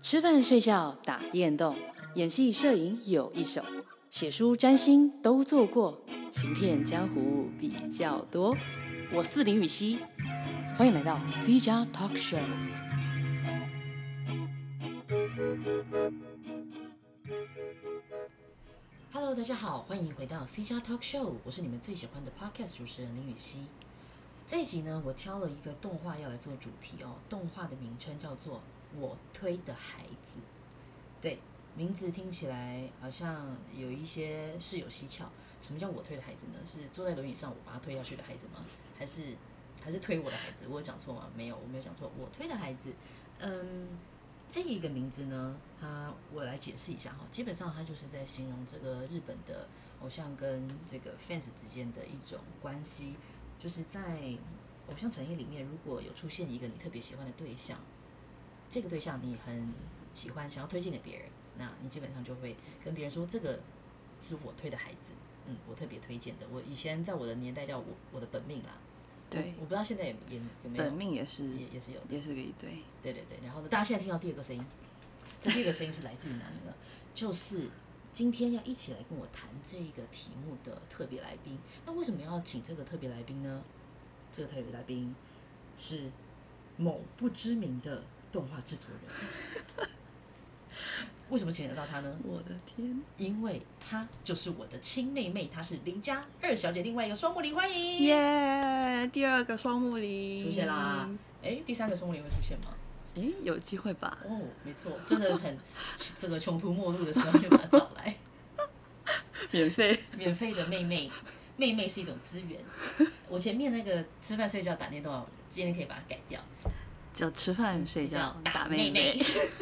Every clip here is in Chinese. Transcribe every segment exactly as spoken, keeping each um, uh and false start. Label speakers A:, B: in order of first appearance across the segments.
A: 吃饭、睡觉、打电动，演戏、摄影有一手，写书、占星都做过，行骗江湖比较多。我是林雨熙，欢迎来到 C 加 Talk Show。Hello， 大家好，欢迎回到 C 加 Talk Show， 我是你们最喜欢的 Podcast 主持人林雨熙。这一集呢，我挑了一个动画要来做主题哦，动画的名称叫做我推的孩子。对，名字听起来好像有一些事有蹊跷。什么叫我推的孩子呢？是坐在轮椅上我把他推下去的孩子吗？还是还是推我的孩子？我有讲错吗？没有，我没有讲错。我推的孩子，嗯，这一个名字呢，它我来解释一下哈。基本上它就是在形容这个日本的偶像跟这个 fans 之间的一种关系。就是在偶像产业里面，如果有出现一个你特别喜欢的对象，这个对象你很喜欢，想要推荐给别人，那你基本上就会跟别人说，这个是我推的孩子，嗯，我特别推荐的。我以前在我的年代叫我我的本命啦，
B: 对，
A: 我, 我不知道现在 有, 有, 有没有
B: 本命也是
A: 也也是有的，
B: 也是个一对，
A: 对对对。然后呢，大家现在听到第二个声音，这第二个声音是来自于哪里呢？就是今天要一起来跟我谈这个题目的特别来宾。那为什么要请这个特别来宾呢？这个特别来宾是某不知名的动画制作人。为什么请得到他呢？
B: 我的天！
A: 因为他就是我的亲妹妹，她是林家二小姐，另外一个双木林，欢迎
B: 耶！ Yeah, 第二个双木林
A: 出现啦！哎，第三个双木林会出现吗？
B: 哎，有机会吧？
A: 哦，没错，真的很这个穷途末路的时候就把他找来，
B: 免费
A: 免费的妹妹，妹妹是一种资源。我前面那个吃饭睡觉打电动，今天可以把它改掉，
B: 叫吃饭睡觉打妹
A: 妹。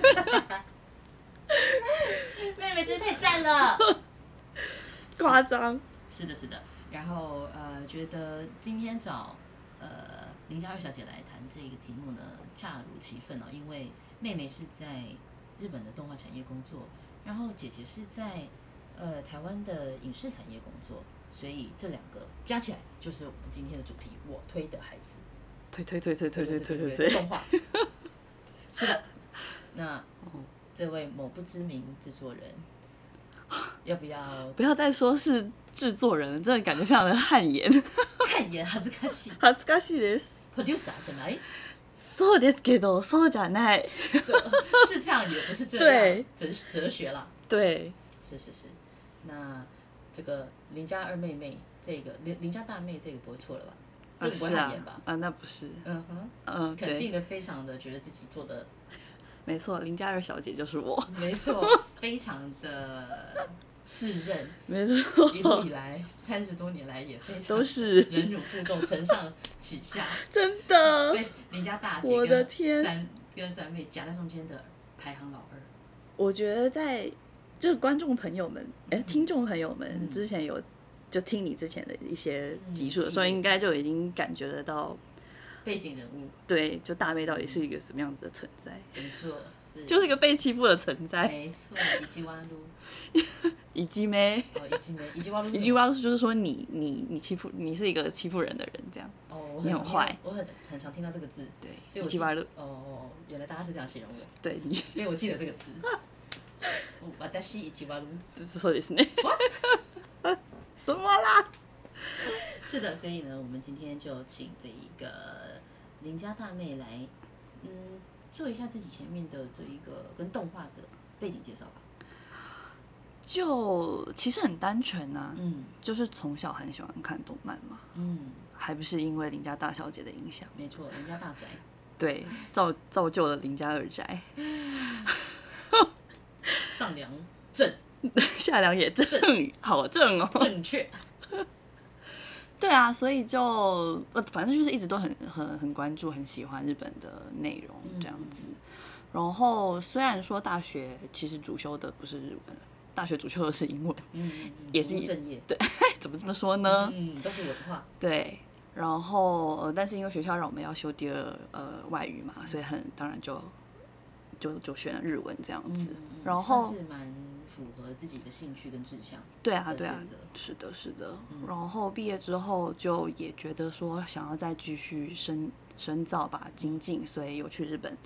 A: 妹妹真的太赞了，
B: 夸张。
A: 是的，是的。然后呃，觉得今天找呃林家二小姐来谈这个题目呢，恰如其分哦。因为妹妹是在日本的动画产业工作，然后姐姐是在呃台湾的影视产业工作，所以这两个加起来就是我们今天的主题，我推的孩子。
B: 推推推推推推推推推
A: 动画。是的，那。这位某不知名制作人，要不要？
B: 不要再说是制作人，真的感觉非常的汗颜。
A: 汗颜，恥ずかしい。
B: 恥ずかしいです。
A: プロデューサーじゃない？
B: そうですけど、そうじゃない。
A: 是这样，也不是这样。
B: 对，
A: 哲哲学啦。
B: 对，
A: 是是是。那这个林家二妹妹，这个林林家大妹，这个不会错了吧？这个不会汗颜吧？
B: 啊，那不是。
A: 嗯哼，
B: 嗯，
A: 肯定的，非常的觉得自己做的。
B: 没错，林家二小姐就是我。
A: 没错，非常的适任。
B: 没错，
A: 一路以来三十多年来也非常
B: 都是
A: 忍辱负重，承上启下。
B: 真的，
A: 对，林家大姐
B: 我的天，
A: 三跟三妹夹在中间的排行老二。
B: 我觉得在就是观众朋友们，哎、嗯，听众朋友们、嗯、之前有就听你之前的一些集数的时候，嗯、应该就已经感觉得到。
A: 背景人物，
B: 对，就大妹到底是一个什么样子的存在？
A: 没错，是
B: 就是一个被欺负的存在。
A: 没错，以及弯路，
B: 以及妹，
A: 哦，以及妹，以及弯路，
B: 以及弯路就是说你你你欺负你是一个欺负人的人，这样。
A: 哦，
B: 你很坏。
A: 我很很常听到这个字，
B: 对，
A: 所以以及
B: 弯路。
A: 哦，原来大家是这样形容我。
B: 对你，
A: 所以我记得这个词。私以及弯路。
B: そうですね。什么啦？
A: 是的，所以呢，我们今天就请这一个林家大妹来，嗯，做一下自己前面的这一个跟动画的背景介绍吧。
B: 就其实很单纯啊，
A: 嗯，
B: 就是从小很喜欢看动漫嘛，
A: 嗯，
B: 还不是因为林家大小姐的影响？
A: 没错，林家大宅，
B: 对，造造就了林家二宅，
A: 上梁正，
B: 下梁也正，好正哦，
A: 正确。
B: 对啊，所以就呃，反正就是一直都很很很关注，很喜欢日本的内容这样子。嗯、然后虽然说大学其实主修的不是日文，大学主修的是英文，
A: 嗯，
B: 也是
A: 正业。
B: 对，怎么这么说呢？
A: 嗯，都是文化。
B: 对，然后呃，但是因为学校让我们要修第二呃外语嘛，所以很当然就就就选了日文这样子。嗯、然后
A: 是蛮符合自己的兴趣跟志向。
B: 对啊，对啊，是的，是的。嗯、然后毕业之后就也觉得说想要再继续深深造吧，精进，所以有去日本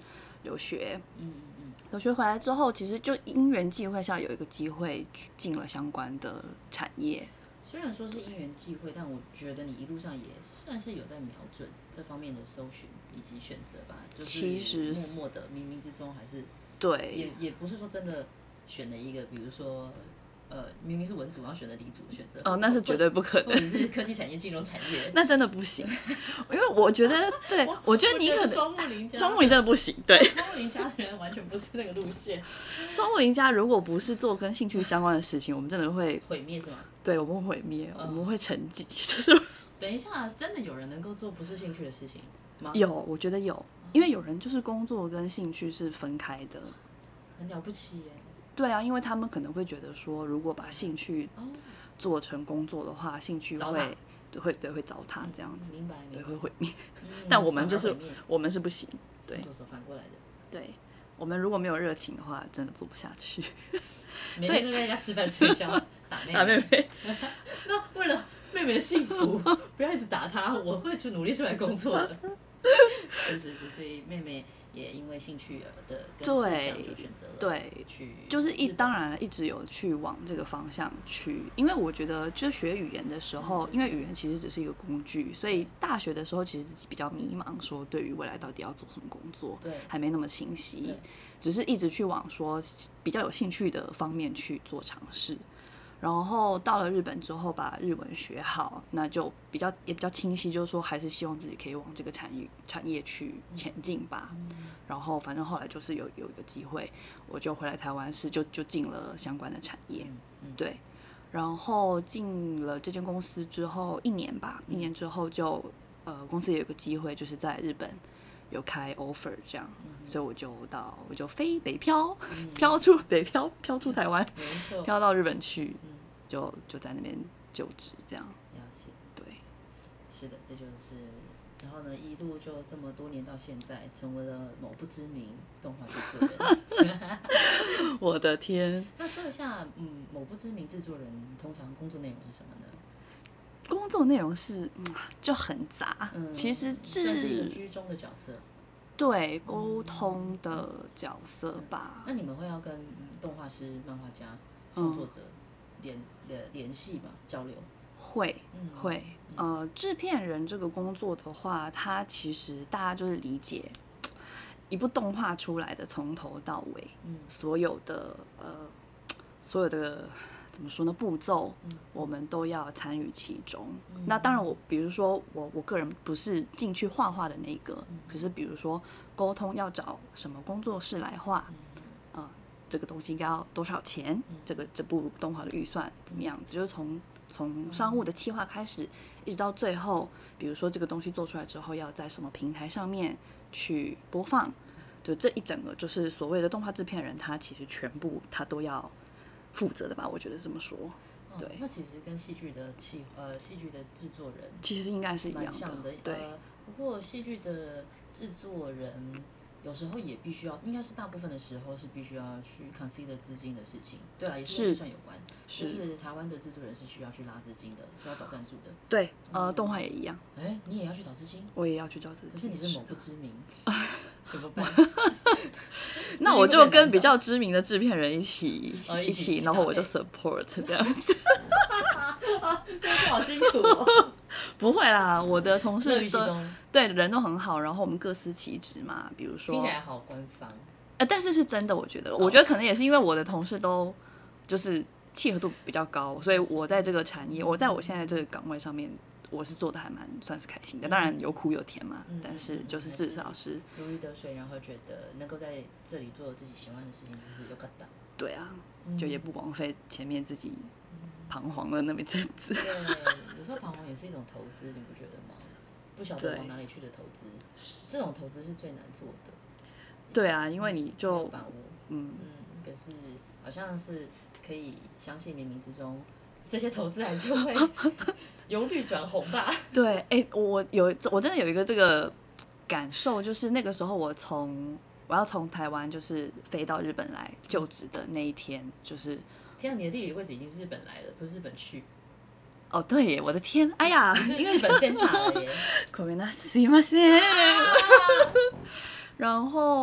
B: 留学。
A: 嗯嗯嗯。
B: 留学回来之后，其实就因缘际会下有一个机会进了相关的产业。
A: 虽然说是因缘际会，但我觉得你一路上也算是有在瞄准这方面的搜寻以及选择吧，
B: 其实
A: 就是默默的冥冥之中还是
B: 对，
A: 也也不是说真的选了一个，比如说呃明明是文组，然后选了理组的选择，
B: 哦，那是绝对不可能，
A: 或者是科技产业、金融产业，
B: 那真的不行，因为我觉得，对我, 我觉得你可能
A: 双木林家，
B: 双木林真的不行，对，
A: 双木林家的人完全不是那个路线。
B: 双木林家如果不是做跟兴趣相关的事情，我们真的会
A: 毁灭，是吗？
B: 对，我们会毁灭，嗯、我们会沉寂，就是。
A: 等一下，真的有人能够做不是兴趣的事情吗？
B: 有，我觉得有，因为有人就是工作跟兴趣是分开的，
A: 很了不起耶。
B: 对啊，因为他们可能会觉得说，如果把兴趣做成工作的话，兴趣会对会对会糟蹋这样子，
A: 明白？
B: 对，会毁灭。
A: 嗯、
B: 但我们就是我们是不行，对，
A: 手手反过来的。
B: 对，我们如果没有热情的话，真的做不下去。
A: 每天都在家吃饭睡觉，打妹妹。
B: 打妹妹。
A: 那为了妹妹的幸福，不要一直打她，我会去努力出来工作的。是是是，所以妹妹也因为兴趣的跟志向就选择了
B: 对，
A: 去
B: 就是一当然一直有去往这个方向去，因为我觉得就学语言的时候，因为语言其实只是一个工具，所以大学的时候其实自己比较迷茫，说对于未来到底要做什么工作，
A: 对，
B: 还没那么清晰，只是一直去往说比较有兴趣的方面去做尝试。然后到了日本之后，把日文学好，那就比较也比较清晰，就是说还是希望自己可以往这个产业产业去前进吧。嗯、然后反正后来就是有有一个机会，我就回来台湾市，就就进了相关的产业。嗯嗯、对，然后进了这间公司之后一年吧，嗯、一年之后就呃公司也有个机会，就是在日本有开 offer 这样，嗯、所以我就到我就飞北漂，嗯、飘出北漂飘出台湾，飘到日本去。嗯就就在那边就职，这样。
A: 了解。
B: 对，
A: 是的，这就是，然后呢，一路就这么多年到现在，成为了某不知名动画制作人。
B: 我的天！
A: 那说一下，嗯，某不知名制作人通常工作内容是什么呢？
B: 工作内容是，嗯，就很杂。嗯，其实是
A: 算是一个居中的角色。
B: 对，沟通的角色吧。
A: 嗯、那你们会要跟动画师、漫画家、创作者？嗯联联系嘛，交流
B: 会、嗯、会，呃，制片人这个工作的话，它其实大家就是理解一部动画出来的从头到尾，嗯、所有的呃所有的怎么说呢步骤，嗯、我们都要参与其中。嗯、那当然我，比如说我我个人不是进去画画的那个，嗯、可是比如说沟通要找什么工作室来画，嗯呃这个东西应该要多少钱？嗯、这个这部动画的预算怎么样子？就是从从商务的企划开始，一直到最后，比如说这个东西做出来之后，要在什么平台上面去播放，就这一整个就是所谓的动画制片人，他其实全部他都要负责的吧？我觉得这么说。对，哦、
A: 那其实跟戏剧的企呃戏剧的制作人
B: 其实应该是一样的。
A: 的
B: 对、
A: 呃，不过戏剧的制作人。有时候也必须要，应该是大部分的时候是必须要去 consider 资金的事情，对啊，也是跟预算有关。是，就是台湾的制作人是需要去拉资金的，需要找赞助的。
B: 对，呃，动画也一样。
A: 哎，你也要去找资金？
B: 我也要去找资金。
A: 可是你是某不知名，怎么办？
B: 那我就跟比较知名的制片人一起、哦、一起，然后我就 support 这样子。
A: 好辛苦哦。
B: 不会啦，我的同事都对人都很好，然后我们各司其职嘛。比如说，
A: 听起来好官方。
B: 呃，但是是真的，我觉得，哦、我觉得可能也是因为我的同事都就是契合度比较高，所以我在这个产业，我在我现在这个岗位上面，我是做的还蛮算是开心的。当然有苦有甜嘛，嗯、但是就是至少是
A: 如鱼得水，然后觉得能够在这里做自己喜欢的事情，就是有个到。
B: 对啊，嗯、就也不枉费前面自己彷徨了那么一阵子。
A: 对，有时候彷徨也是一种投资，你不觉得吗？不晓得往哪里去的投资，这种投资是最难做的。
B: 对啊，因为你就
A: 把握，嗯嗯，可是好像是可以相信冥冥之中，这些投资还是会由绿转红吧。
B: 对，哎、欸，我有我真的有一个这个感受，就是那个时候我从我要从台湾就是飞到日本来就职的那一天，就是。
A: 天啊，你的地理位置已经是日本来了，不是日本去。
B: 哦，对耶，我的天，哎呀，
A: 因为日本先打了耶。
B: ごめんなさい、すいません。然后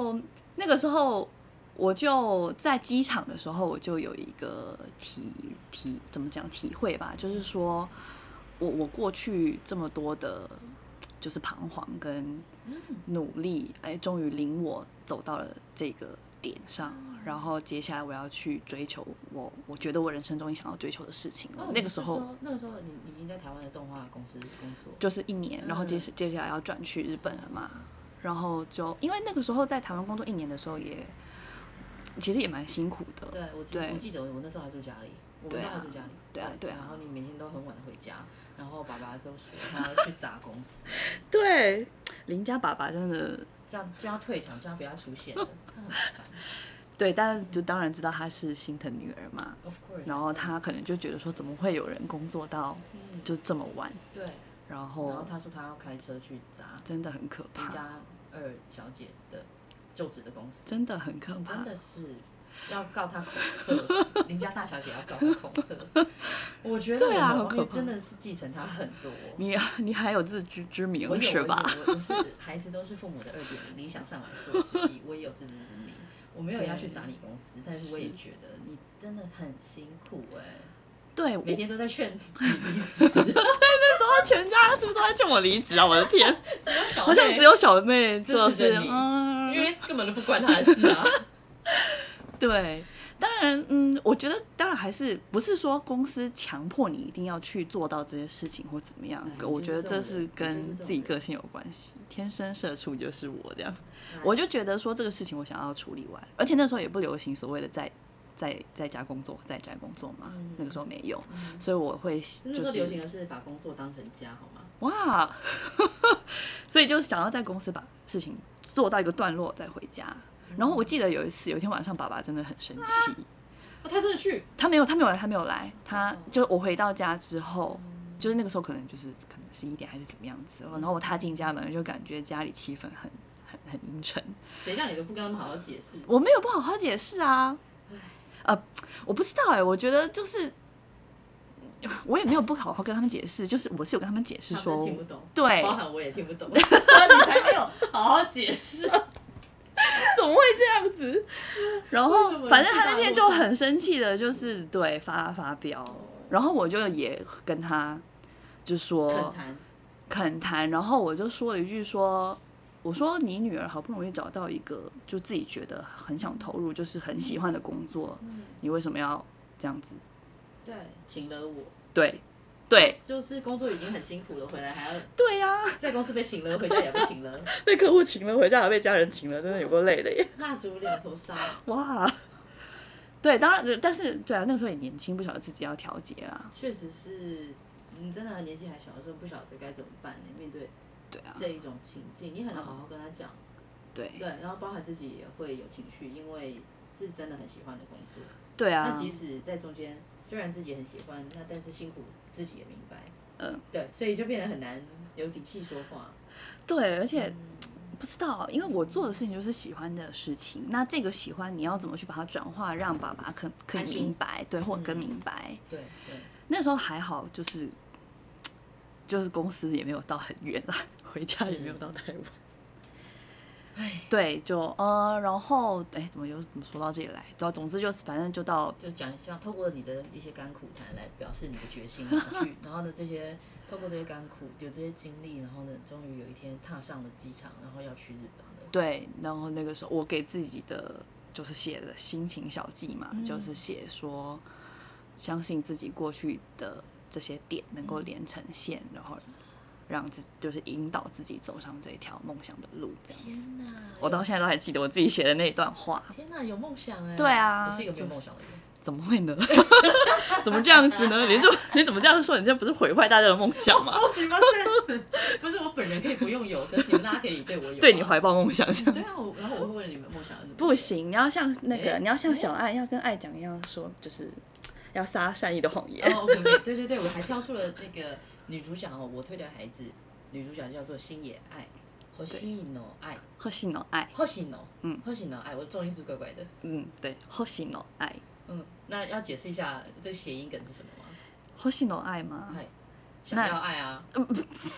B: 那个时候我就在机场的时候，我就有一个体体怎么讲体会吧，就是说我我过去这么多的，就是彷徨跟努力，哎，终于领我走到了这个点上，然后接下来我要去追求我我觉得我人生中想要追求的事情了。
A: 哦、
B: 那个时候，
A: 那个时候你已经在台湾的动画公司工作，
B: 就是一年，然后接接下来要转去日本了嘛。然后就因为那个时候在台湾工作一年的时候也，其实也蛮辛苦的。
A: 对，我记我记得我那时候还住家里，我们都还住家里。
B: 对啊，对啊。
A: 然后你每天都很晚回家，然后爸爸都说他要去砸公司。
B: 对，林家爸爸真的
A: 这样就要退场，这样不要出现了，他很烦。
B: 对，但就当然知道她是心疼女儿嘛。
A: Of course。
B: 然后他可能就觉得说，怎么会有人工作到就这么晚？
A: 对。
B: 然后，
A: 然后他说他要开车去砸，
B: 真的很可怕。
A: 林家二小姐的就职的公司，
B: 真的很可怕，
A: 嗯、真的是要告他恐吓。林家大小姐要告他恐吓，我觉得我后面真的是继承他很多。
B: 你你还有自知之明
A: 我有
B: 是吧？
A: 我, 我, 我是孩子都是父母的二点零，理想上来说，所以我也有自知之明。我没有要去砸你公司，但是我也觉得你真的很辛苦哎、欸。
B: 对，
A: 每天都在劝你离职。对，
B: 那时候全家是不是都在劝我离职啊？我的天，
A: 只有小妹
B: 好像只有小妹就是
A: 你，
B: 嗯，
A: 因为根本都不关他的事啊。
B: 对，当然，嗯，我觉得当然还是不是说公司强迫你一定要去做到这些事情或怎么样，
A: 哎、
B: 我觉得这是跟自己个性有关系。天生社畜就是我这样，
A: 哎、
B: 我就觉得说这个事情我想要处理完，而且那时候也不流行所谓的在。在在家工作，在家工作嘛，嗯、那个时候没有，嗯、所以我会、就是。
A: 那时候流行的是把工作当成家，好吗？
B: 哇，所以就想要在公司把事情做到一个段落再回家。嗯、然后我记得有一次，有一天晚上，爸爸真的很生气。
A: 啊、他真的去？
B: 他没有，他没有来，他没有来。他就我回到家之后，嗯、就是那个时候可能就是可能十一点还是怎么样子，然后我踏进家门就感觉家里气氛很很很阴沉。
A: 谁叫你都不跟他们好好解释？
B: 我没有不好好解释啊。呃，我不知道哎、欸，我觉得就是我也没有不好好跟他们解释，就是我是有跟他们解释说，
A: 他们听不懂，
B: 对，
A: 包含我也听不懂，你才没有好好解释，
B: 怎么会这样子？然后反正他那天就很生气的，就是对发发飙，然后我就也跟他就说
A: 恳谈，
B: 恳谈，然后我就说了一句说。我说你女儿好不容易找到一个就自己觉得很想投入就是很喜欢的工作，嗯、你为什么要这样子？
A: 对，请了我。
B: 对，对，
A: 就是工作已经很辛苦了，回来还要
B: 对呀、啊，
A: 在公司被请了，回家也被请了，
B: 被客户请了，回家还被家人请了，真的有够累的耶。
A: 蜡烛两头烧。
B: 哇，对，当然，但是对啊，那个时候也年轻，不晓得自己要调节啦。
A: 确实是，你真的年纪还小的时候，不晓得该怎么办呢？面对。对啊，这一种情境，你很难好好跟他讲、嗯。对对，然后包含自己也会有情绪，因为是真的很喜欢的工作。
B: 对啊。
A: 那即使在中间，虽然自己很喜欢，那但是辛苦自己也明白。
B: 嗯。
A: 对，所以就变得很难有底气说话。
B: 对，而且、嗯、不知道，因为我做的事情就是喜欢的事情，那这个喜欢你要怎么去把它转化，让爸爸可可以明白，对，或者更明白。嗯、
A: 对对。
B: 那时候还好，就是。就是公司也没有到很远啦，回家也没有到太晚。哎，对，就呃，然后哎，怎么又怎么说到这里来？总之就是反正就到
A: 就讲一下，透过你的一些甘苦谈来表示你的决心，然后去，然后呢这些透过这些甘苦，有这些经历，然后呢终于有一天踏上了机场，然后要去日本了。
B: 对，然后那个时候我给自己的就是写的心情小记嘛，嗯、就是写说相信自己过去的。这些点能够连成线，然后让自就是引导自己走上这一条梦想的路，这样子。天哪！我到现在都还记得我自己写的那一段话。
A: 天哪，有梦想哎！
B: 对啊，
A: 我是一个没有梦想的人。
B: 怎么会呢？怎么这样子呢？你怎么你怎么这样说？你这不是毁坏大家的梦想吗？
A: 不行吗？不是，我本人可以不用有，可是你们大家可以对我有、啊。
B: 对你怀抱梦想这样。
A: 对啊，我然后我会为了你们梦想而努力。
B: 不行，你要像那个，欸、你要像小爱，要跟爱讲一样说，就是。要撒善意的谎言。
A: 哦 ，OK， 对对对，我还挑出了那个女主角哦，我推的孩子，女主角叫做星野爱，ホシノ愛，
B: ホシノ愛，
A: ホシノ，嗯，ホシノ愛，我重音是怪怪的。
B: 嗯，对，ホシノ愛。
A: 嗯，那要解释一下这个谐音梗是什么吗？
B: ホシノ愛吗？
A: 想要爱啊。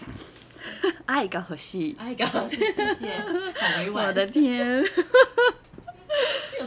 B: 愛が欲しい。
A: 愛が欲しい，好委婉。
B: 我的天。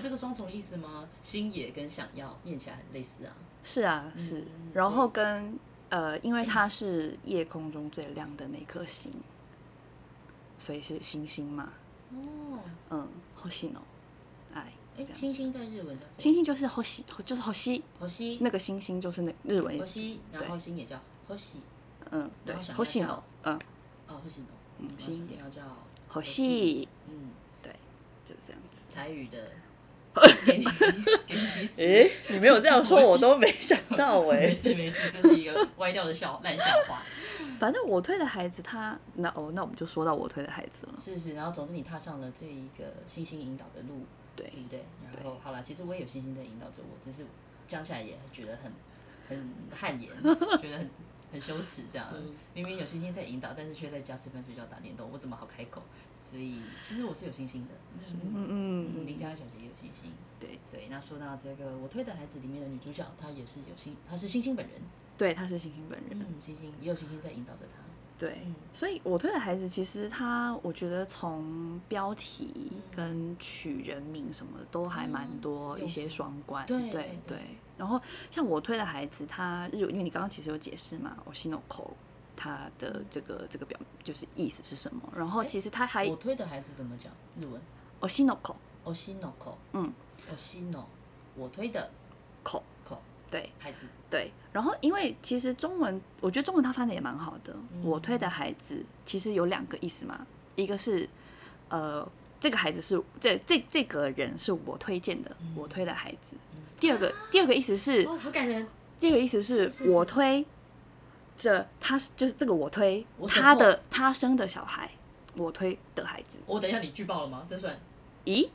A: 这个双重的意思吗？星野跟想要念起来很类似啊。
B: 是啊，是，
A: 嗯
B: 然后跟呃，因为它是夜空中最亮的那颗星，所以是星星嘛。
A: 哦，
B: 嗯，星哦，哎，
A: 哎，星星在日文叫
B: 星星就是星，就是星，
A: 星，
B: 那个星星就是那日文也是
A: 星，然后星也叫星，
B: 嗯，对，星哦，嗯，哦，星哦，嗯，星也
A: 要叫
B: 星，
A: 嗯，
B: 对，就是这样子。
A: 台语的。
B: 给你，哎，你没有这样说，我都没想到哎。
A: 没事没事，这是一个歪掉的笑烂笑话。
B: 反正我推的孩子他，那哦，那我们就说到我推的孩子了。
A: 是是，然后总之你踏上了这一个星星引导的路，
B: 对
A: 对不对？然后好了，其实我也有星星在引导着我，只是讲起来也觉得很很汗颜，觉得很很羞耻这样。明明有星星在引导，但是却在家吃饭睡觉打电动，我怎么好开口？所以其实我是有星星的，嗯嗯，邻家小姐也有星星，对对。那说到这个我推的孩子里面的女主角，她也是有星，她是星星本人，
B: 对，她是星星本人，
A: 嗯，星星也有星星在引导着她，
B: 对。所以我推的孩子，其实他我觉得从标题跟取人名什么都还蛮多一些双关，对对对。然后像我推的孩子，他日，因为你刚刚其实有解释嘛，我西诺口。他的这个这个表就是意思是什么？然后其实他还
A: 我推的孩子怎么讲日文？
B: おしのこ，
A: おしのこ，
B: 嗯，
A: おしの，我推的
B: 口
A: 口，
B: 对，
A: 孩子，
B: 对。然后因为其实中文，我觉得中文他翻的也蛮好的。嗯、我推的孩子其实有两个意思嘛，一个是呃这个孩子是这这这个人是我推荐的，嗯、我推的孩子。嗯、第二个第二个意思是，
A: 哦，好感人。
B: 第二个意思是我推。这他就是这个我推
A: 我
B: 他的他生的小孩，我推的孩子。
A: 我等一下你剧爆了吗？这算？
B: 咦？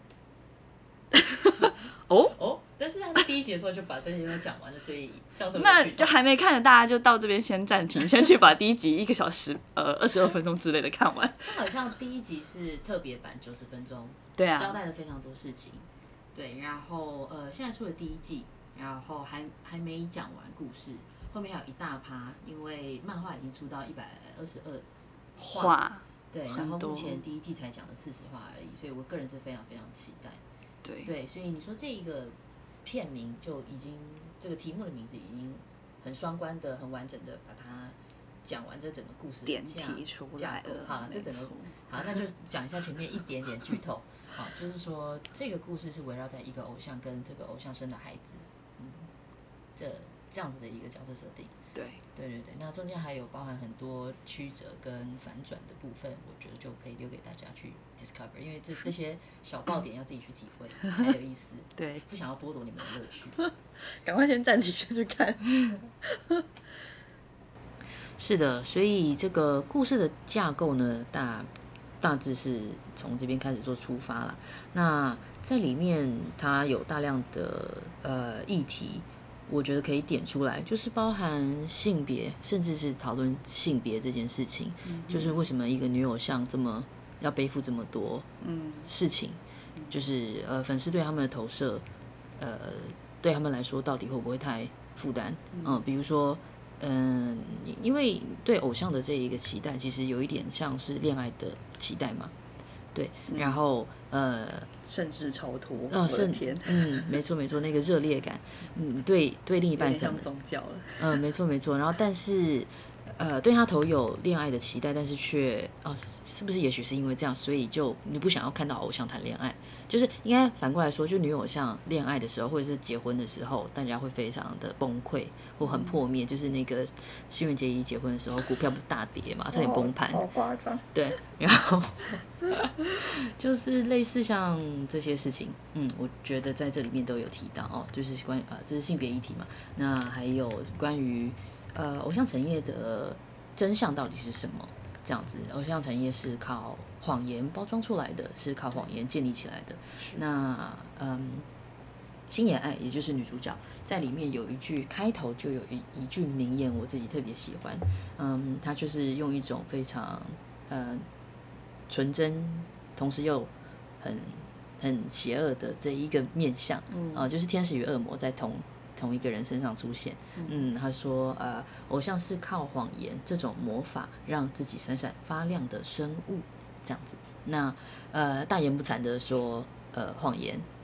B: 哦
A: 哦，但是他在第一集的时候就把这些都讲完了，所以教授
B: 那就还没看的大家就到这边先暂停，先去把第一集一个小时呃二十二分钟之类的看完。
A: 他好像第一集是特别版九十分钟，
B: 对啊，
A: 交代了非常多事情。对，然后呃现在出了第一季，然后还还没讲完故事。后面还有一大趴，因为漫画已经出到一百二十二话，对，然后目前第一季才讲了四十话而已，所以我个人是非常非常期待。
B: 对
A: 对，所以你说这一个片名就已经，这个题目的名字已经很双关的、很完整的把它讲完这整个故事
B: 点题出来了。
A: 好了，这整个好，那就讲一下前面一点点剧透。好，就是说这个故事是围绕在一个偶像跟这个偶像生的孩子，嗯，这。这样子的一个角色设定，
B: 对
A: 对对对，那中间还有包含很多曲折跟反转的部分，我觉得就可以留给大家去 discover， 因为这这些小爆点要自己去体会才有意思。
B: 对，
A: 不想要剥夺你们的乐趣，
B: 赶快先暂停下去看。
A: 是的，所以这个故事的架构呢，大大致是从这边开始做出发了。那在里面，它有大量的呃议题。我觉得可以点出来，就是包含性别，甚至是讨论性别这件事情，嗯、就是为什么一个女偶像这么要背负这么多事情，嗯、就是呃粉丝对他们的投射，呃对他们来说到底会不会太负担？嗯、呃，比如说，嗯、呃，因为对偶像的这一个期待，其实有一点像是恋爱的期待嘛。对，然后呃，
B: 甚至超脱，
A: 呃，甚
B: 天，
A: 嗯，没错没错，那个热烈感，嗯，对对，另一半可能
B: 像宗教了，
A: 嗯、呃，没错没错，然后但是呃，对他投有恋爱的期待，但是却哦，是不是也许是因为这样，所以就你不想要看到偶像谈恋爱，就是应该反过来说，就女偶像恋爱的时候，或者是结婚的时候，大家会非常的崩溃或很破灭，嗯、就是那个新垣结衣结婚的时候，股票不大跌嘛，差点崩盘，
B: 好夸张，
A: 对，然后就是类似像这些事情，嗯，我觉得在这里面都有提到哦，就是关于呃，这是性别议题嘛，那还有关于。呃，偶像产业的真相到底是什么？这样子，偶像产业是靠谎言包装出来的，是靠谎言建立起来的。那嗯，星野爱也就是女主角，在里面有一句开头就有一一句名言，我自己特别喜欢。嗯，她就是用一种非常呃纯真，同时又很很邪恶的这一个面相，嗯、呃，就是天使与恶魔在同。同一个人身上出现，嗯，他说，呃，偶像是靠谎言这种魔法让自己闪闪发亮的生物，这样子。那呃，大言不惭的说，呃，谎言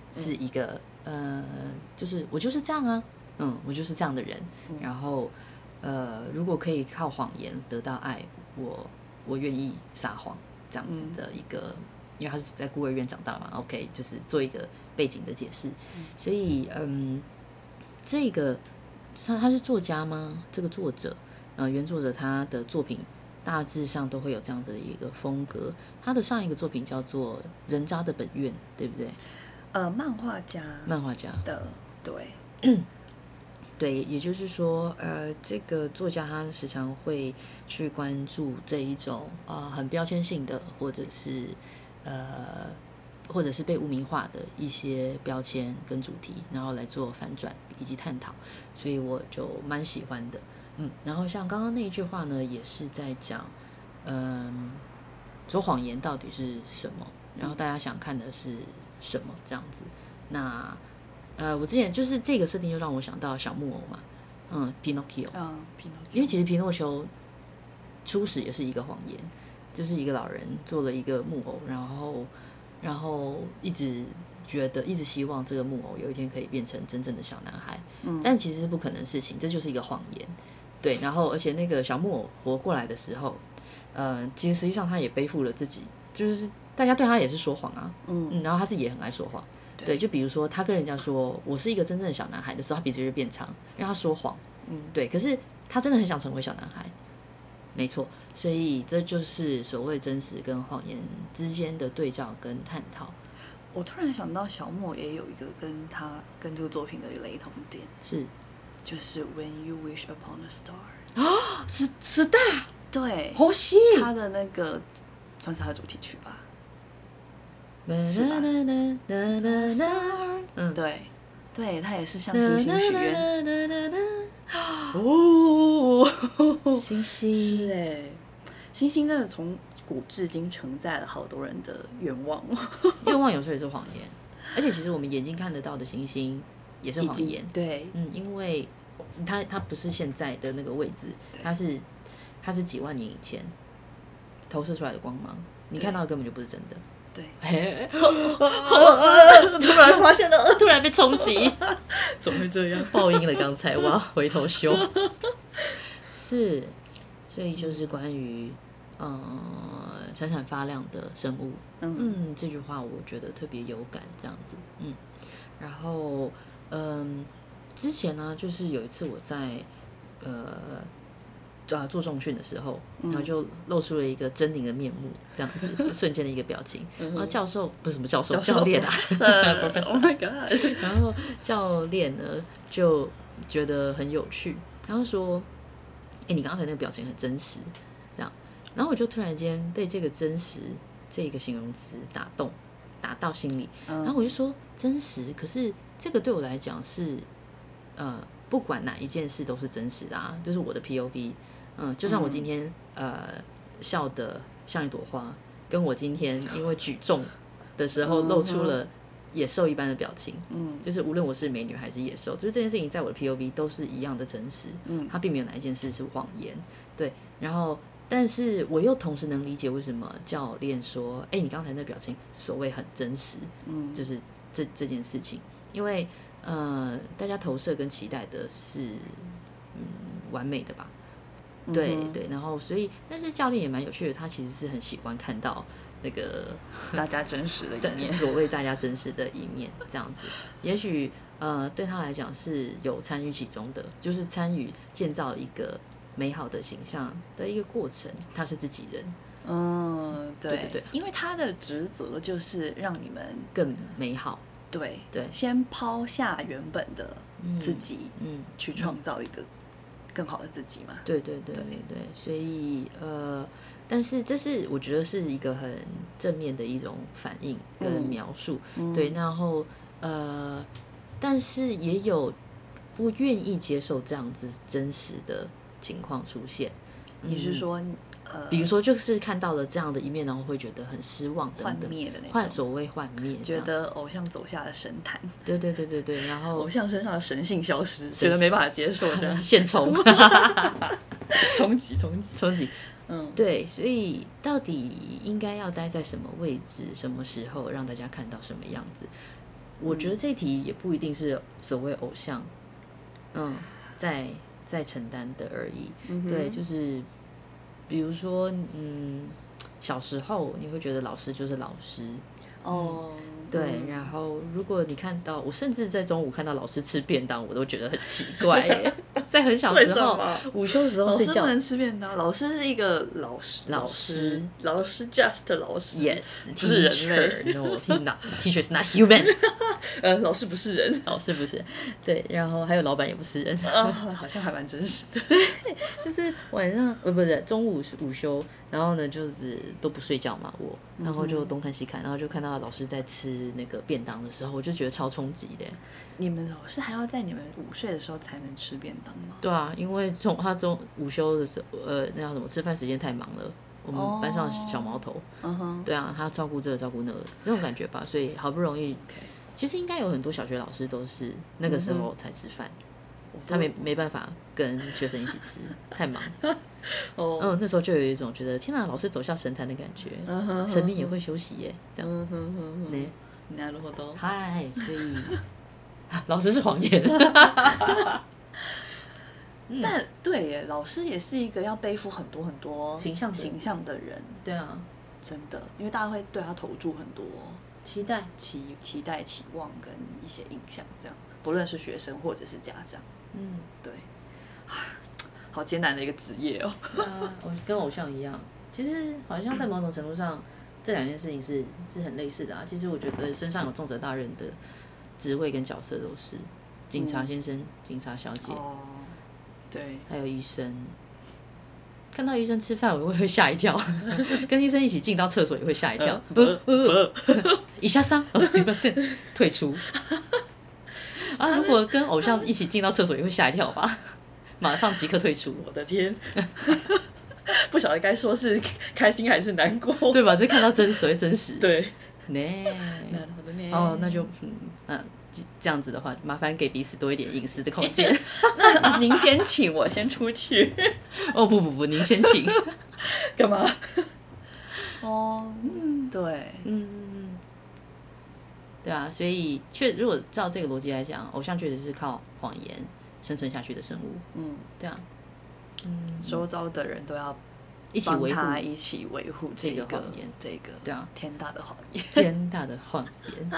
A: 是一个、嗯、呃，就是我就是这样啊，嗯，我就是这样的人。嗯、然后呃，如果可以靠谎言得到爱，我我愿意撒谎，这样子的一个，嗯、因为他是在孤儿院长大嘛 ，OK， 就是做一个背景的解释。嗯、所以嗯，这个他他是作家吗？这个作者，呃，原作者他的作品。大致上都会有这样子的一个风格。他的上一个作品叫做《人渣的本愿》，对不对？
B: 呃，漫画家，
A: 漫画家
B: 的，对，
A: 对，也就是说，呃，这个作家他时常会去关注这一种呃很标签性的，或者是呃，或者是被污名化的一些标签跟主题，然后来做反转以及探讨，所以我就蛮喜欢的。嗯，然后像刚刚那一句话呢，也是在讲，嗯，说谎言到底是什么，然后大家想看的是什么这样子。那呃，我之前就是这个设定就让我想到小木偶嘛，嗯 ，Pinocchio，
B: 嗯 ，Pinocchio，
A: 因为其实皮诺丘初始也是一个谎言，就是一个老人做了一个木偶，然后然后一直觉得一直希望这个木偶有一天可以变成真正的小男孩，嗯，但其实是不可能的事情，这就是一个谎言。对，然后而且那个小木偶活过来的时候，呃，其实实际上他也背负了自己，就是大家对他也是说谎啊，嗯, 嗯然后他自己也很爱说谎，对, 对，就比如说他跟人家说我是一个真正的小男孩的时候，他鼻子就变长，因为他说谎，嗯，对，可是他真的很想成为小男孩，没错，所以这就是所谓真实跟谎言之间的对照跟探讨。
B: 我突然想到小莫也有一个跟他跟这个作品的雷同点，
A: 是
B: 就是 When You Wish Upon a Star
A: 啊，是是的，
B: 对，
A: 好戏，
B: 他的那个算是他的主题曲吧，
A: 是吧？
B: 嗯，对，对，他也是向星星许愿。
A: 哦，星星
B: 是哎，星星真的从古至今承载了好多人的愿望，
A: 愿望有时候也是谎言，而且其实我们眼睛看得到的星星也是谎言，
B: 对，
A: 嗯，因为它它不是现在的那个位置，它是它是几万年以前投射出来的光芒，你看到的根本就不是真的。
B: 对，
A: 突然发现了，突然被冲击，
B: 怎么会这样？
A: 爆音了，刚才我要回头修。是，所以就是关于呃闪闪发亮的生物，嗯, 嗯，这句话我觉得特别有感，这样子，嗯，然后嗯，之前呢，就是有一次我在呃。啊，做重训的时候，然后就露出了一个狰狞的面目，这样子瞬间的一个表情。然后教授不是什么教授，教练啊
B: ，Oh my god！
A: 然后教练呢就觉得很有趣，他就说：“哎、欸，你刚才那个表情很真实。”这样，然后我就突然间被这个真实这个形容词打动，打到心里。然后我就说：“真实，可是这个对我来讲是，呃，不管哪一件事都是真实的啊，就是我的 P O V。”嗯，就像我今天、嗯、呃笑得像一朵花，跟我今天因为举重的时候露出了野兽一般的表情，嗯，就是无论我是美女还是野兽，就是这件事情在我的 P O V 都是一样的真实，嗯，它并没有哪一件事是谎言，对，然后但是我又同时能理解为什么教练说，哎、欸，你刚才那表情所谓很真实，嗯，就是这这件事情，因为呃大家投射跟期待的是嗯完美的吧。对对，然后所以，但是教练也蛮有趣的，他其实是很喜欢看到那个
B: 大家真实的一面，
A: 所谓大家真实的一面，这样子，也许呃对他来讲是有参与其中的，就是参与建造一个美好的形象的一个过程，他是自己人，
B: 嗯，对
A: 对对对，
B: 因为他的职责就是让你们
A: 更美好，
B: 对
A: 对，
B: 先抛下原本的自己，
A: 嗯，
B: 去创造一个。更好的自己嘛，
A: 对对对对对，所以呃，但是这是我觉得是一个很正面的一种反应跟描述，嗯、对，然后呃，但是也有不愿意接受这样子真实的情况出现。
B: 你是说，嗯、呃，
A: 比如说就是看到了这样的一面，然后会觉得很失望等等，
B: 幻灭的那种，
A: 幻所谓幻灭，
B: 觉得偶像走下了神坛，
A: 对对对对对，然后
B: 偶像身上的神性消失，觉得没办法接受这样，
A: 现充，
B: 冲击冲击
A: 冲击，嗯，对，所以到底应该要待在什么位置、什么时候，让大家看到什么样子？ 我觉得这一题也不一定是所谓偶像，嗯，在在承担的而已。嗯、对，就是比如说，嗯，小时候你会觉得老师就是老师。哦、嗯，对，嗯、然后如果你看到我，甚至在中午看到老师吃便当，我都觉得很奇怪耶。在很小时候，午休的时候睡觉，
B: 老师不能吃便当。老师是一个老师，
A: 老师，
B: 老师 just 老师
A: ，yes，
B: 不是人类
A: ，no， he not teacher is not human
B: 呃，老师不是人，
A: 老师不是，对，然后还有老板也不是人，
B: 哦，好像还蛮真实的。
A: 就是晚上呃不是中午午休，然后呢就是都不睡觉嘛我，然后就东看西看，然后就看到老师在吃那个便当的时候，我就觉得超冲击的。
B: 你们老师还要在你们午睡的时候才能吃便当吗？
A: 对啊，因为中他中午休的时候，呃，那叫什么？吃饭时间太忙了。我们班上小毛头，嗯哼，对啊，他照顾这个照顾那个，那种感觉吧，所以好不容易， okay. 其实应该有很多小学老师都是那个时候才吃饭，嗯、他没没办法跟学生一起吃，太忙。哦，嗯，那时候就有一种觉得天哪，老师走下神坛的感觉，嗯哼，神明也会休息耶，这样。嗯哼哼哼，
B: ね、なるほど。
A: 嗨，所以老师是谎言。
B: 嗯、但对耶，老师也是一个要背负很多很多
A: 形象
B: 形象的人。
A: 对啊，
B: 真的，因为大家会对他投注很多
A: 期待、
B: 期期待、期望跟一些印象，这样，不论是学生或者是家长。嗯，对，好艰难的一个职业哦。
A: 啊，我跟偶像一样，其实好像在某种程度上，这两件事情是是很类似的啊。其实我觉得身上有重责大任的职位跟角色都是警察先生、嗯、警察小姐。哦，
B: 对，
A: 还有医生，看到医生吃饭我会吓一跳，跟医生一起进到厕所也会吓一跳，不不，以下伤，哦，是不是退出？啊，如果跟偶像一起进到厕所也会吓一跳吧，马上即刻退出。
B: 我的天，不晓得该说是开心还是难过，
A: 对吧？这看到真实会真实，
B: 对，
A: 呢，哦，那就嗯嗯。这样子的话，麻烦给彼此多一点隐私的空间。
B: 那您先请，我先出去。
A: 哦不不不，您先请。
B: 干嘛？哦，嗯，对，
A: 嗯嗯对啊，所以确如果照这个逻辑来讲，偶像确实是靠谎言生存下去的生物。嗯，对啊，
B: 嗯，周遭的人都要
A: 一起维护，
B: 一起维护
A: 这个谎言，
B: 这个
A: 对啊，
B: 天大的谎言，
A: 天大的谎言。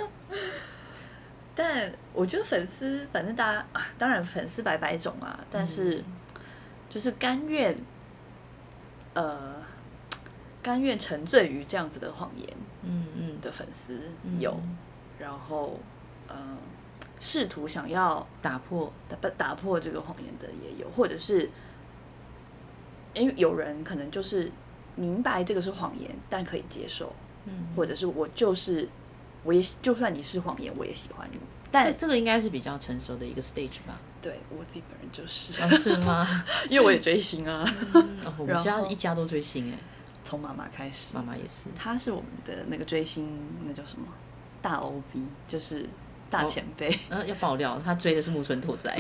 B: 但我觉得粉丝，反正大家啊，当然粉丝百百种啊，但是就是甘愿，呃，甘愿沉醉于这样子的谎言，嗯嗯的粉丝有，嗯、然后呃，试图想要
A: 打破
B: 打打破这个谎言的也有，或者是因为有人可能就是明白这个是谎言，但可以接受，嗯，或者是我就是。我也就算你是谎言，我也喜欢你。
A: 但这这个应该是比较成熟的一个 stage 吧？
B: 对我自己本人就是，
A: 哦、是吗？
B: 因为我也追星啊。
A: 嗯哦、我们家一家都追星哎，
B: 从妈妈开始，
A: 妈妈也是。
B: 她是我们的那个追星，那叫什么大 O B， 就是大前辈。
A: 嗯、哦呃，要爆料，他追的是木村拓哉。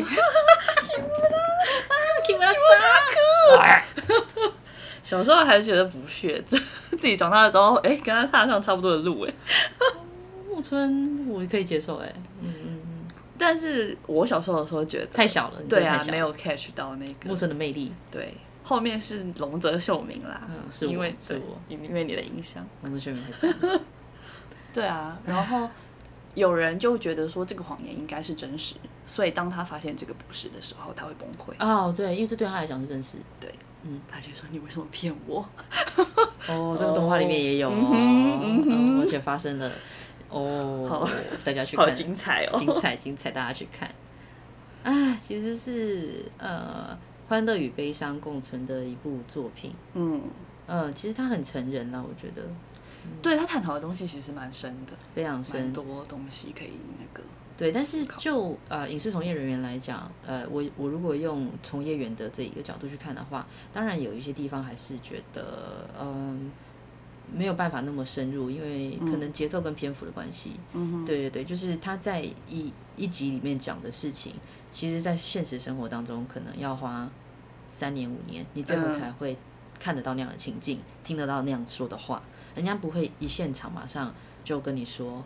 B: 小时候还是觉得不屑，自己长大了之后，哎、欸，跟他踏上差不多的路，哎。
A: 木村我可以接受，哎，嗯嗯嗯。
B: 但是我小时候的时候觉得
A: 太小了，
B: 对啊，没有 catch 到那个
A: 木村的魅力。
B: 对，后面是龙泽秀明啦，
A: 嗯，是我，
B: 因为
A: 是我，
B: 因为你的影响，
A: 龙泽秀明太赞。
B: 对啊，然后有人就觉得说这个谎言应该是真实，所以当他发现这个不是的时候，他会崩溃。
A: 哦，对，因为这对他来讲是真实。
B: 对。嗯，他就说你为什么骗我？
A: 哦，这个动画里面也有哦，嗯嗯、而且发生了哦，大家去看，
B: 好精彩哦，
A: 精彩精彩，大家去看。啊，其实是呃，欢乐与悲伤共存的一部作品。嗯呃，其实它很成人啦，我觉得。
B: 嗯、对他探讨的东西其实蛮深的，
A: 非常深，
B: 蛮多东西可以那个。
A: 对，但是就呃影视从业人员来讲，呃，我我如果用从业员的这一个角度去看的话，当然有一些地方还是觉得，嗯、呃，没有办法那么深入，因为可能节奏跟篇幅的关系。嗯对对对，就是他在一一集里面讲的事情，其实在现实生活当中可能要花三年五年，你最后才会看得到那样的情境，听得到那样说的话，人家不会一现场马上就跟你说。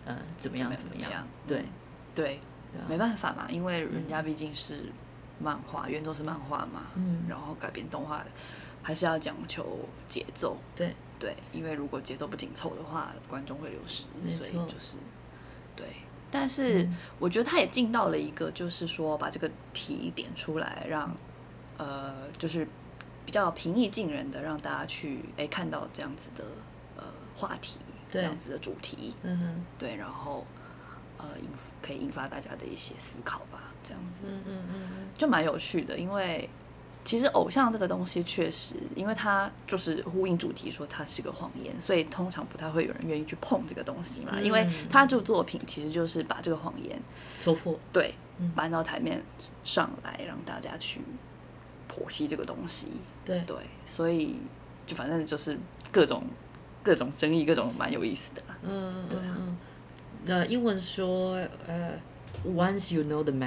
A: 呃怎么样怎么样，对、嗯、
B: 对，对啊、没办法嘛，因为人家毕竟是漫画，原作是漫画嘛，嗯，然后改编动画还是要讲求节奏，
A: 对
B: 对，因为如果节奏不紧凑的话，观众会流失，所以就是对。但是我觉得他也尽到了一个，就是说把这个题点出来，让呃就是比较平易近人的，让大家去哎看到这样子的呃话题，这样子的主题，嗯哼，对，然后呃引可以引发大家的一些思考吧，这样子，嗯嗯嗯，就蛮有趣的，因为。其实偶像这个东西确实，因为它就是呼应主题说它是个谎言，所以通常不太会有人愿意去碰这个东西嘛。嗯、因为它这个作品其实就是把这个谎言
A: 戳破，
B: 对，嗯、搬到台面上来，让大家去剖析这个东西。
A: 对
B: 对，所以就反正就是各种各种争议，各种蛮有意思的。
A: 嗯，对啊。呃，英文说呃 ，Once you know the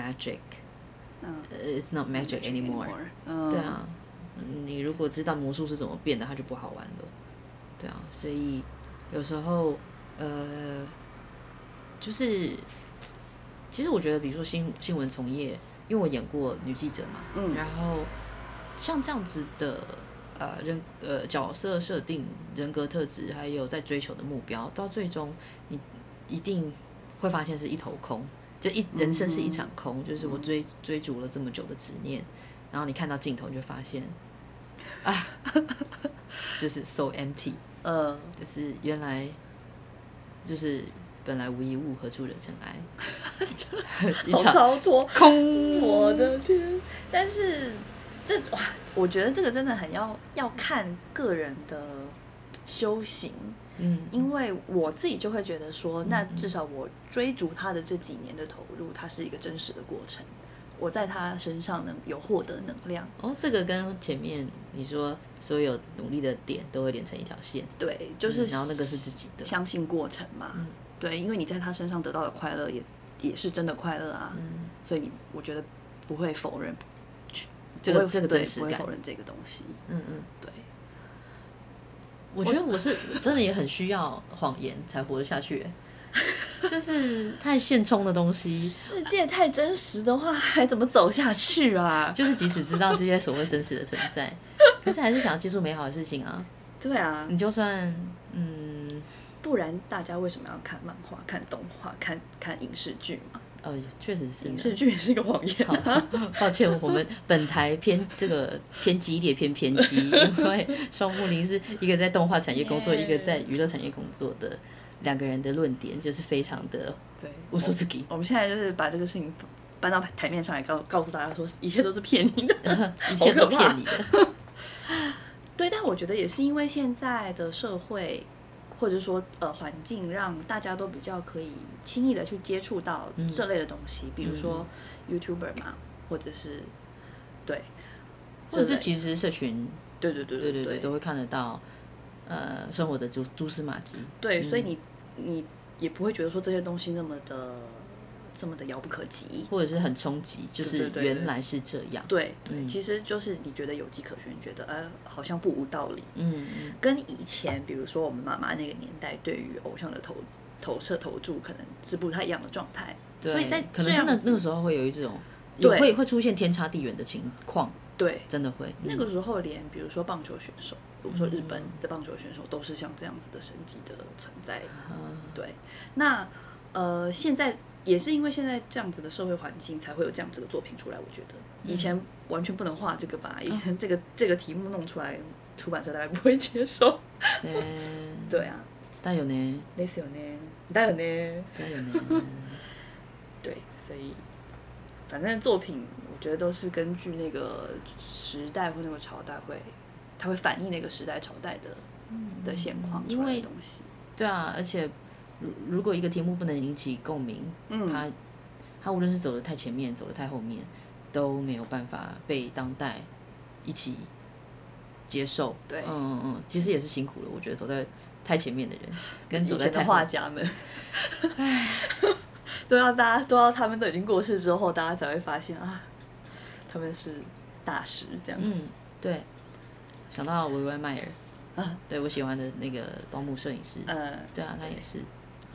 A: magic。It's not magic anymore。嗯、对啊，你如果知道魔术是怎么变的，它就不好玩了。对啊，所以有时候呃，就是其实我觉得，比如说新新闻从业，因为我演过女记者嘛，嗯，然后像这样子的呃人呃角色设定、人格特质，还有在追求的目标，到最终你一定会发现是一头空。就一人生是一场空，嗯、就是我追追逐了这么久的执念，然后你看到镜头，你就发现，啊，就是 so empty， 呃，就是原来就是本来无一物，何处惹尘埃，
B: 一场超脱空，我的天！但是这哇，我觉得这个真的很要要看个人的修行。嗯，因为我自己就会觉得说，那至少我追逐他的这几年的投入，它是一个真实的过程，我在他身上能有获得能量。
A: 哦，这个跟前面你说所有努力的点都会连成一条线，
B: 对，就是、
A: 嗯、然后那个是自己的，
B: 相信过程嘛，嗯、对，因为你在他身上得到的快乐也也是真的快乐啊，嗯、所以你我觉得不会否认
A: 这个这个真实感，
B: 不会否认这个东西，
A: 嗯嗯，
B: 对。
A: 我觉得我是真的也很需要谎言才活得下去，就是太现充的东西，
B: 世界太真实的话，还怎么走下去啊？
A: 就是即使知道这些所谓真实的存在，可是还是想要接触美好的事情啊。
B: 对啊，
A: 你就算嗯，
B: 不然大家为什么要看漫画、看动画、看看影视剧嘛？
A: 呃，确实是
B: 影视剧也是一个谎言、啊。
A: 好，抱歉，我们本台偏这个偏激烈、偏偏激，因为双木林是一个在动画产业工作， yeah. 一个在娱乐产业工作的两个人的论点，就是非常的
B: 对
A: 无数自己。
B: 我们现在就是把这个事情搬到台面上来告告诉大家说，一切都是骗你的，
A: 一切都骗你的。
B: 对，但我觉得也是因为现在的社会。或者说，呃，环境让大家都比较可以轻易的去接触到这类的东西，嗯、比如说 YouTuber 嘛，或者是对，
A: 或者是其实社群，
B: 对对对
A: 对对对，都会看得到，呃，生活的蛛蛛丝马迹。
B: 对，嗯、所以你你也不会觉得说这些东西那么的这么的遥不可及，
A: 或者是很冲击，就是原来是这样。
B: 对对，嗯、其实就是你觉得有迹可循，觉得呃好像不无道理。嗯嗯，跟以前比如说我们妈妈那个年代对于偶像的投投射投注，可能是不太一样的状态。
A: 对，
B: 所以在
A: 可能真的那个时候会有一种，也会会出现天差地远的情况。
B: 对，
A: 真的会。嗯、
B: 那个时候连比如说棒球选手，比如说日本的棒球选手，都是像这样子的神迹的存在。嗯，对。那呃现在。也是因为现在这样子的社会环境，才会有这样子的作品出来。我觉得以前完全不能画这个吧，以前这个这个题目弄出来，出版社大概不会接受。对啊，
A: だよね。
B: ですよね。だよね。
A: だよね。
B: 对，所以反正作品，我觉得都是根据那个时代或那个朝代会，它会反映那个时代朝代的、嗯、的现况出来的东西。
A: 对啊，而且。如果一个题目不能引起共鸣，嗯，它它无论是走得太前面，走得太后面，都没有办法被当代一起接受。
B: 对，
A: 嗯嗯嗯，其实也是辛苦了。我觉得走在太前面的人，跟走在
B: 太画家们，唉，都要大家都要他们都已经过世之后，大家才会发现啊，他们是大师这样子。嗯，
A: 对，想到维维迈尔。啊、对我喜欢的那个保姆摄影师，嗯，对啊，他也是，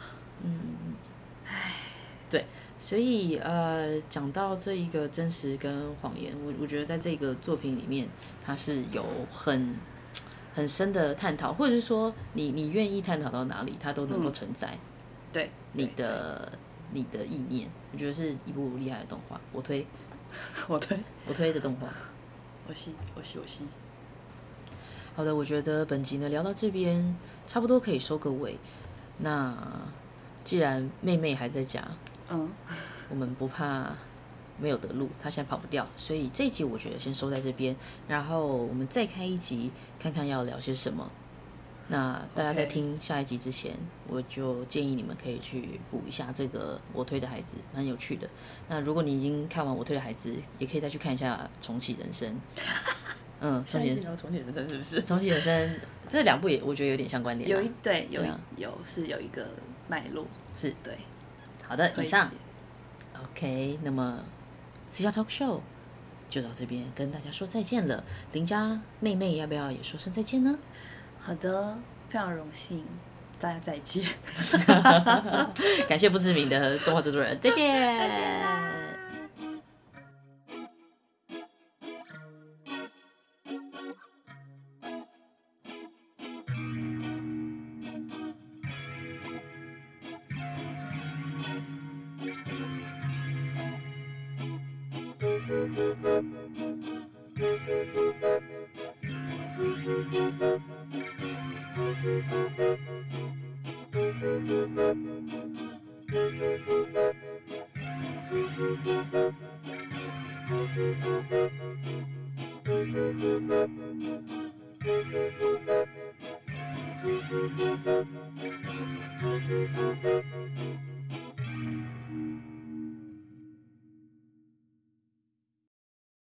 A: 嗯，对，所以呃，讲到这一个真实跟谎言，我我觉得在这个作品里面，它是有很很深的探讨，或者是说你你愿意探讨到哪里，它都能够承载。
B: 嗯、对
A: 你的你的意念，我觉得是一部厉害的动画，我推，
B: 我推，
A: 我推的动画，
B: 我吸，我吸，我吸。
A: 好的，我觉得本集呢聊到这边，差不多可以收个尾。那既然妹妹还在家，
B: 嗯，
A: 我们不怕没有得录，她现在跑不掉，所以这一集我觉得先收在这边，然后我们再开一集，看看要聊些什么。那大家在听下一集之前， okay. 我就建议你们可以去补一下这个我推的孩子，蛮有趣的。那如果你已经看完我推的孩子，也可以再去看一下重启人生。嗯，重启人生，
B: 重启人生是不是？
A: 重启人生这两部也我觉得有点相关联。
B: 有一对有
A: 对、啊、
B: 有是有一个脉络，
A: 是
B: 对。
A: 好的，以上 OK， 那么私下 talk show 就到这边跟大家说再见了。邻家妹妹要不要也说声再见呢？
B: 好的，非常荣幸，大家再见。
A: 感谢不知名的动画制作人，再见，
B: 再见啦。